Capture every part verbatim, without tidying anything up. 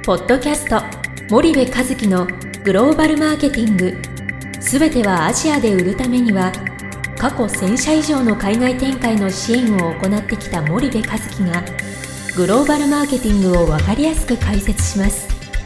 ポッドキャスト森部一樹のグローバルマーケティング、すべてはアジアで売るためには、過去せん社以上の海外展開の支援を行ってきた森部一樹がグローバルマーケティングを分かりやすく解説します。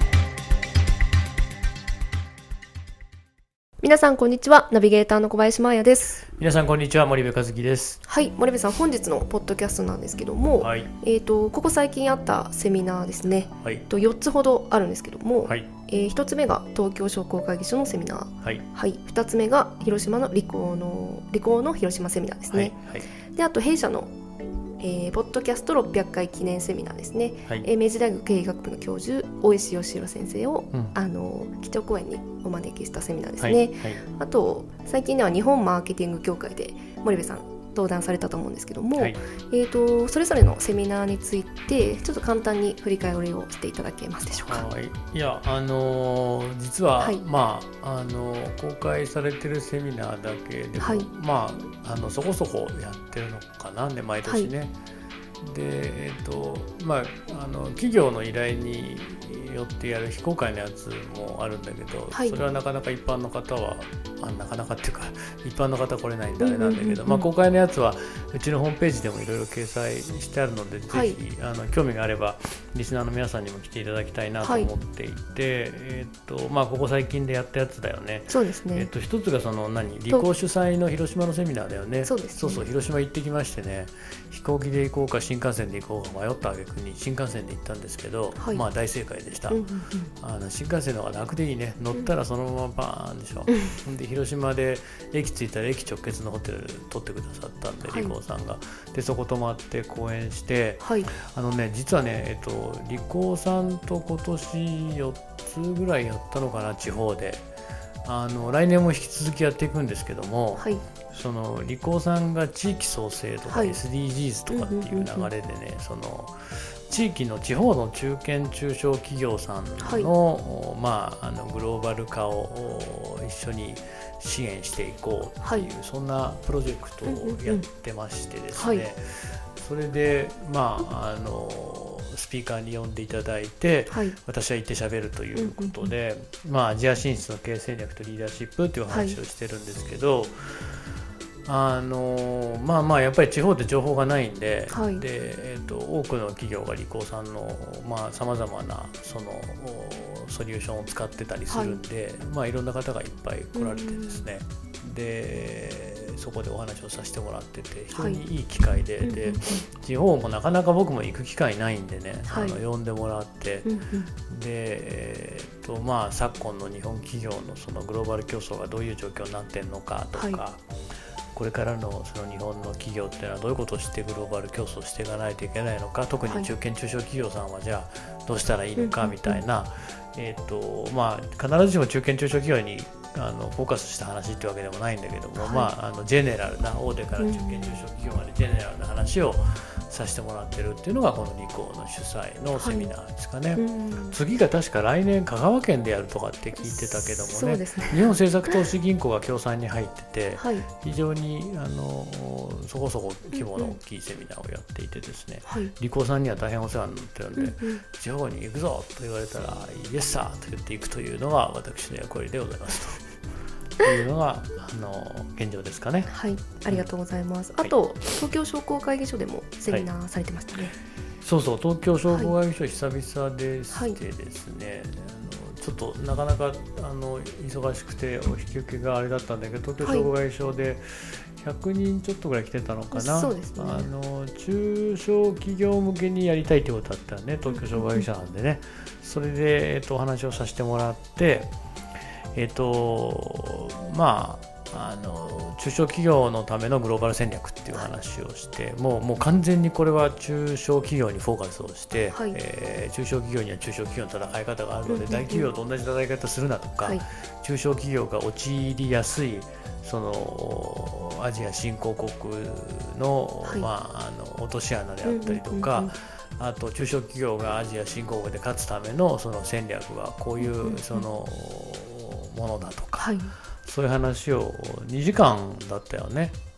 皆さんこんにちは。ナビゲーターの小林真彩です。 皆さんこんにちは。森部一樹です。 はい、森部さん、本日のポッドキャストなんですけども、はい、えーと、ここ最近あったセミナーですね、はい、とよっつほどあるんですけども、はい、えー、ひとつめが東京商工会議所のセミナー、はいはい、ふたつめが広島の理工の理工の広島セミナーですね、はいはい、であと弊社のえー、ポッドキャストろっぴゃっかい記念セミナーですね、はい、えー、明治大学経営学部の教授大石義弘先生を、うん、あの基調講演にお招きしたセミナーですね、はいはい、あと最近では日本マーケティング協会で森部さん登壇されたと思うんですけども、はい、えーと、それぞれのセミナーについてちょっと簡単に振り返りをしていただけますでしょうか。 はい、いや、あのー、実は、はい、まあ、あの公開されてるセミナーだけでも、はい、まあ、あのそこそこやってるのかな、ね、毎年ね、はい、で、えーとまあ、あの企業の依頼によってやる非公開のやつもあるんだけど、はい、それはなかなか一般の方はあなかなかっていうか一般の方来れないんであれなんだけど、うんうんうんうん、まあ、公開のやつはうちのホームページでもいろいろ掲載してあるので、はい、ぜひあの興味があればリスナーの皆さんにも来ていただきたいなと思っていて、はい、えーとまあ、ここ最近でやったやつだよね。 そうですね、 えーと、一つがその何理工主催の広島のセミナーだよね。 そうですね、 そうそう、広島行ってきましてね、飛行機で行こうか新幹線で行こうか迷った挙句に新幹線で行ったんですけど、はい、まあ大正解でした、うんうんうん、あの新幹線の方が楽でいいね。乗ったらそのままバーンでしょ、うん、で広島で駅着いたら駅直結のホテル取ってくださったんで、はい、理工さんがでそこ泊まって講演して、はい、あのね実はね、えっと、理工さんと今年よっつぐらいやったのかな、地方で。あの来年も引き続きやっていくんですけども、はい、その理工さんが地域創生とか エスディージーズ とかっていう流れでね、その地域の地方の中堅中小企業さんの、はい、まあ、あのグローバル化を一緒に支援していこうっていう、はい、そんなプロジェクトをやってましてですね、はい、それでまああのスピーカーに呼んでいただいて、はい、私は行って喋るということで、うんうんうん、まあ、アジア進出の経営戦略とリーダーシップという話をしてるんですけど、はい、あのまあまあやっぱり地方って情報がないんで、はい、でえー、と多くの企業が理工さんのさまざ、まなそのソリューションを使ってたりするんで、はい、まあ、いろんな方がいっぱい来られてですね、うん、でそこでお話をさせてもらってて非常にいい機会で、はい、で地方もなかなか僕も行く機会ないんでね、はい、あの呼んでもらって、うんうん、で、えーとまあ、昨今の日本企業のそのグローバル競争がどういう状況になっているのかとか、はい、これからのその日本の企業っていうのはどういうことをしてグローバル競争していかないといけないのか、特に中堅中小企業さんはじゃあどうしたらいいのかみたいな、はい、えーとまあ、必ずしも中堅中小企業にあのフォーカスした話ってわけでもないんだけども、はい、まあ、あのジェネラルな大手から中堅中小企業までジェネラルな話をさせてもらってるっていうのがこの理工の主催のセミナーですかね、はい、うん、次が確か来年香川県でやるとかって聞いてたけども ね, そうですね日本政策投資銀行が協賛に入ってて、はい、非常にあのそこそこ規模の大きいセミナーをやっていてですね、うんうん、理工さんには大変お世話になってるんで、うんうん、地方に行くぞと言われたらイエスサーと言っていくというのが私の役割でございますとというのがあの現状ですかね。 はい、ありがとうございます。あと、はい、東京商工会議所でもセミナーされてましたね。はい、 そうそう、東京商工会議所久々でしてですね、はい、あのちょっとなかなかあの忙しくてお引き受けがあれだったんだけど、東京商工会議所でひゃくにんちょっとぐらい来てたのかな。そうですね、あの中小企業向けにやりたいということだったらね、東京商工会議所なんでね、それで、えっと、お話をさせてもらって、えーとまあ、あの中小企業のためのグローバル戦略っていう話をして、もう、もう完全にこれは中小企業にフォーカスをして、はい、えー、中小企業には中小企業の戦い方があるので、うんうんうん、大企業と同じ戦い方するなとか、はい、中小企業が陥りやすいそのアジア新興国の、はい、まあ、あの落とし穴であったりとか、うんうんうんうん、あと中小企業がアジア新興国で勝つためのその戦略はこういうそのものだとか、はい、そういう話をにじかんだったよね。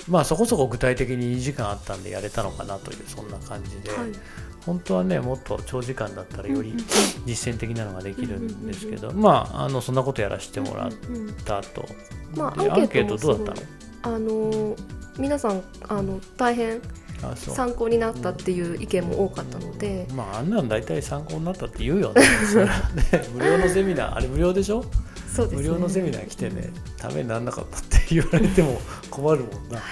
まあそこそこ具体的ににじかんあったんでやれたのかなというそんな感じで、はい、本当はねもっと長時間だったらより実践的なのができるんですけど、まああのそんなことやらせてもらったと、 まあ、 アンケートどうだったの？ あの皆さんあの大変参考になったっていう意見も多かったので、 まああんなん大体参考になったって言うよねね無料のセミナーあれ無料でしょ？ そうですね、 無料のセミナー来てねためにならなかったって言われても困るもんな、はい、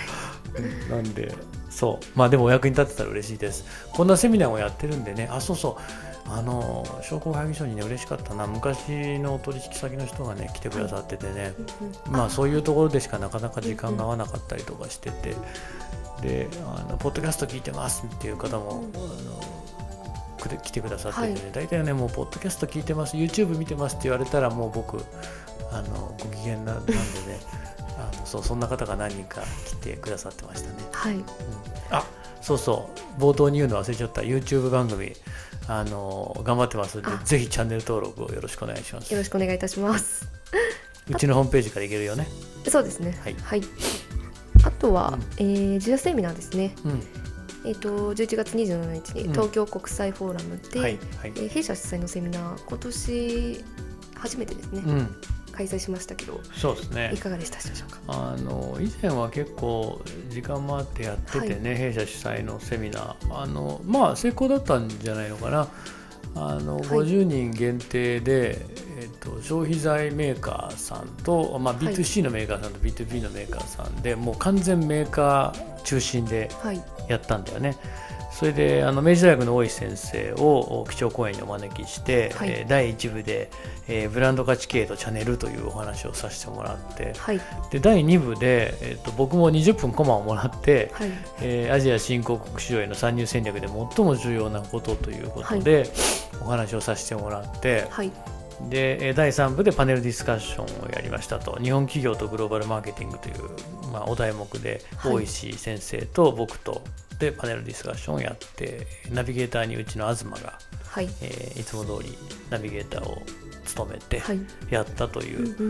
なんでそうまあでもお役に立てたら嬉しいです。こんなセミナーもやってるんでね。あそうそうあの商工会議所にね嬉しかったな、昔の取引先の人がね来てくださっててね、はい、まあそういうところでしかなかなか時間が合わなかったりとかしてて、であのポッドキャスト聞いてますっていう方も、うん、あの来てくださっててね、はい、大体ねもうポッドキャスト聞いてます YouTube 見てますって言われたらもう僕あのご機嫌ななんでねあのそうそんな方が何人か来てくださってましたね。 はい、うん、 あそうそう冒頭に言うの忘れちゃった YouTube 番組あの頑張ってますのでぜひチャンネル登録をよろしくお願いします。 よろしくお願いいたします。 うちのホームページからいけるよね。 そうですね。はい、はい、あとは、うんえー、自社セミナーですね。うんえー、とじゅういちがつにじゅうしちにちに東京国際フォーラムで、うんはいはいえー、弊社主催のセミナー今年初めてですね、うん、開催しましたけどそうですね、 いかがでしたでしょうか？ あの以前は結構時間もあってやっててね、はい、弊社主催のセミナーあのまあ成功だったんじゃないのかな。あのごじゅうにん限定で、えー、と消費財メーカーさんと、まあ、ビーツーシー のメーカーさんと ビーツービー のメーカーさんでもう完全メーカー中心でやったんだよね、はい、それであの明治大学の大石先生を基調講演にお招きして、はいえー、だいいち部で、えー、ブランド価値経営とチャンネルというお話をさせてもらって、はい、でだいに部で、えー、と僕もにじゅっぷんコマをもらって、はいえー、アジア新興国市場への参入戦略で最も重要なことということで、はいお話をさせてもらって、はい、でだいさん部でパネルディスカッションをやりましたと。日本企業とグローバルマーケティングという、まあ、お題目で、はい、大石先生と僕とでパネルディスカッションをやってナビゲーターにうちの東が、はいえー、いつも通りナビゲーターを務めてやったという、はい、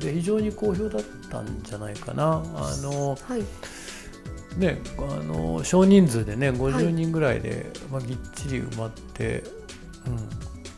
で非常に好評だったんじゃないかな。あの、はいね、あの少人数でねごじゅうにんぐらいで、はいまあ、ぎっちり埋まって、うん、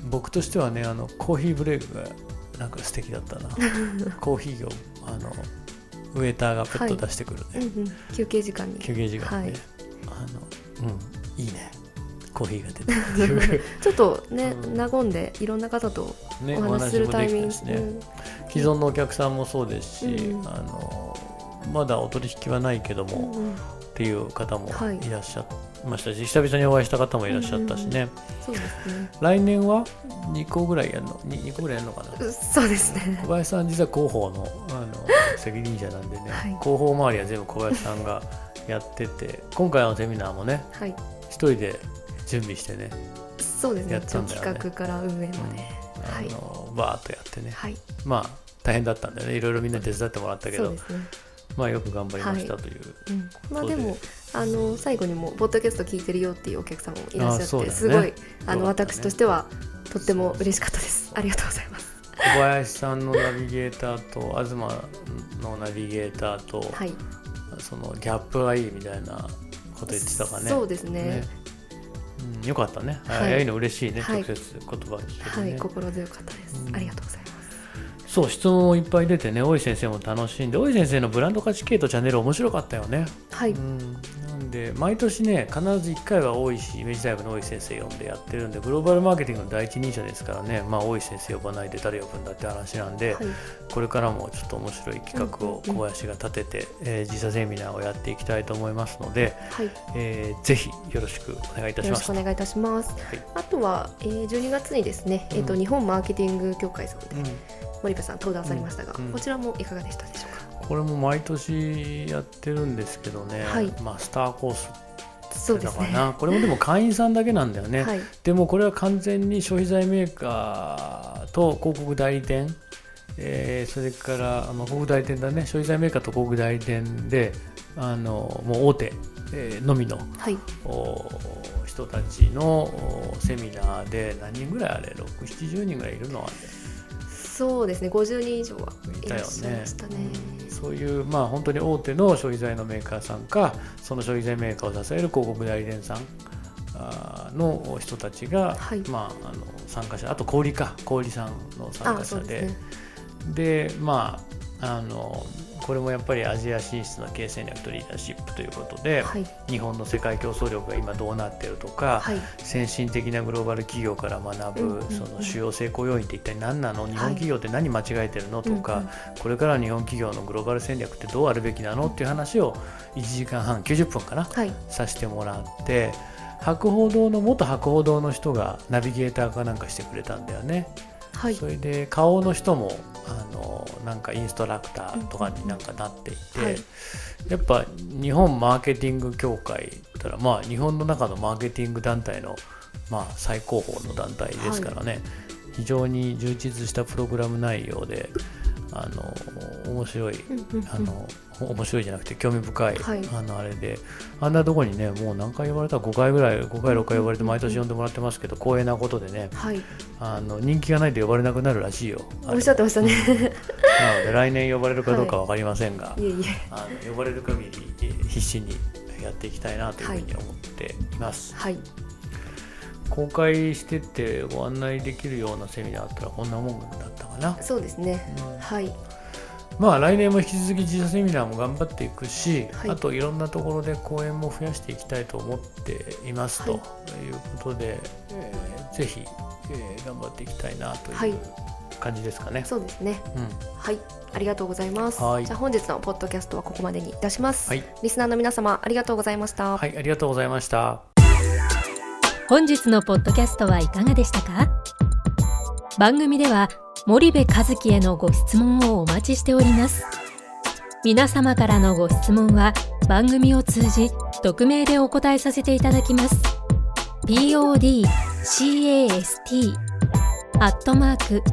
僕としてはねあのコーヒーブレイクがなんか素敵だったなコーヒーをあのウェーターがペット出してくるね、はいうんうん、 休憩時間に休憩時間にね、はい、あのうんいいねコーヒーが出てるちょっとね、うん、和んでいろんな方とお話しするタイミング、ねねうん、 既存のお客さんもそうですし、うん、あのまだお取引はないけども、うんうん、っていう方もいらっしゃいましたし、はい、久々にお会いした方もいらっしゃったしね、うんうんうん、そうですね。来年はにこぐらいやるの 2, にこぐらいやるのかな。 そうですね。 小林さん実は広報 の, あの責任者なんでね、はい、広報周りは全部小林さんがやってて今回のセミナーもね、はい、一人で準備してねそうですね、やったんだよね。企画から運営まで、うんあのはい、バーッとやってね、はい、まあ大変だったんだよね。いろいろみんな手伝ってもらったけど、そうですね、まあよく頑張りましたという、はいうんまあ、でもあの最後にもポッドキャスト聞いてるよっていうお客さんもいらっしゃって、ね、すごいあの、ね、私としてはとっても嬉しかったです。ありがとうございます。 小林さんのナビゲーターと東のナビゲーターと、はい、そのギャップがいいみたいなこと言ってたかね。 そうですね、ねうん、よかったね、はい、ああいうの嬉しいね、はい、直接言葉聞けてね、 はい、心強かったです、うん、ありがとうございます。 そう質問もいっぱい出てね、大井先生も楽しんで、大井先生のブランド価値系統チャンネル面白かったよね。はい、うん、なんで毎年ね必ずいっかいは大石明治大学の大石先生呼んでやってるんで、グローバルマーケティングの第一人者ですからね、まあ、大石先生呼ばないで誰呼ぶんだって話なんで、はい、これからもちょっと面白い企画を小林が立てて、うんうんうんえー、自社セミナーをやっていきたいと思いますので、はいえー、ぜひよろしくお願いいたします。よろしくお願いいたします、はい、あとは、えー、じゅうにがつにですね、えーとうん、日本マーケティング協会さんで、うん森部さん登壇されましたが、うんうん、こちらもいかがでしたでしょうか。 これも毎年やってるんですけどね、はいまあ、スターコースそうですね、 これもでも会員さんだけなんだよね、はい、でもこれは完全に消費財メーカーと広告代理店、えー、それから、まあ、広告代理店だね、消費財メーカーと広告代理店であのもう大手、えー、のみの、はい、人たちのセミナーで何人ぐらいあれろくじゅう、ななじゅうにんぐらいいるのあれ。 そうですね、ごじゅうにん以上はいらっしゃいましたね。 そそういうまあ本当に大手の消費財のメーカーさんか、その消費財メーカーを支える広告代理店さんの人たちが、はい、まあ、あの参加者、あと小売か小売さんの参加者で、で、ね、まああのこれもやっぱりアジア進出の経営戦略とリーダーシップということで、はい、日本の世界競争力が今どうなっているとか、はい、先進的なグローバル企業から学ぶ、うんうんうん、その主要成功要因って一体何なの、日本企業って何間違えてるのとか、はい、これから日本企業のグローバル戦略ってどうあるべきなのっていう話をいちじかんはんきゅうじゅっぷんかな、はい、させてもらって、博報堂の元博報堂の人がナビゲーターかなんかしてくれたんだよね。はい、それで顔の人もあのなんかインストラクターとかになんかなっていて、うんうん、はい、やっぱ日本マーケティング協会ったら、まあ、日本の中のマーケティング団体の、まあ、最高峰の団体ですからね、はい、非常に充実したプログラム内容であの面白い、うんうんうん、あの面白いじゃなくて興味深い、はい、あのあれで、あんなとこにねもう何回呼ばれたらごかいぐらいごかいろっかい呼ばれて毎年呼んでもらってますけど、光栄なことでね、はい、あの人気がないと呼ばれなくなるらしいよ。 おっしゃってましたね、うん、なので来年呼ばれるかどうか分かりませんが、 はい、いえいえ、 あの呼ばれる限り必死にやっていきたいなというふうに思っています、はいはい、公開してってご案内できるようなセミナーだったらこんなもんだったかな。 そうですね、うん、はい、 まあ来年も引き続き自社セミナーも頑張っていくし、はい、あといろんなところで講演も増やしていきたいと思っています、はい、ということで、えー、ぜひ、えー、頑張っていきたいなという感じですかね、はい、 そうですね、うん、はい、ありがとうございます。はい、じゃあ本日のポッドキャストはここまでにいたします、はい、リスナーの皆様ありがとうございました。 はい、ありがとうございました。 本日のポッドキャストはいかがでしたか？番組では森部一樹へのご質問をお待ちしております。皆様からのご質問は番組を通じ匿名でお答えさせていただきます。podcast アットマーク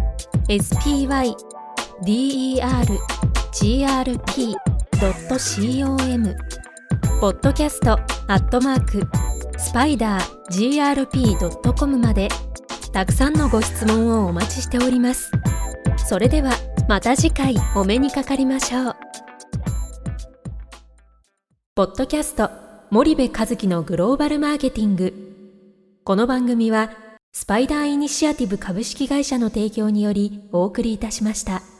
spydergrp.com ポッドキャストアットマークスパイダー ジーアールピー ドットコム までたくさんのご質問をお待ちしております。それではまた次回お目にかかりましょう。ポッドキャスト森部一樹のグローバルマーケティング。この番組はスパイダーイニシアティブ株式会社の提供によりお送りいたしました。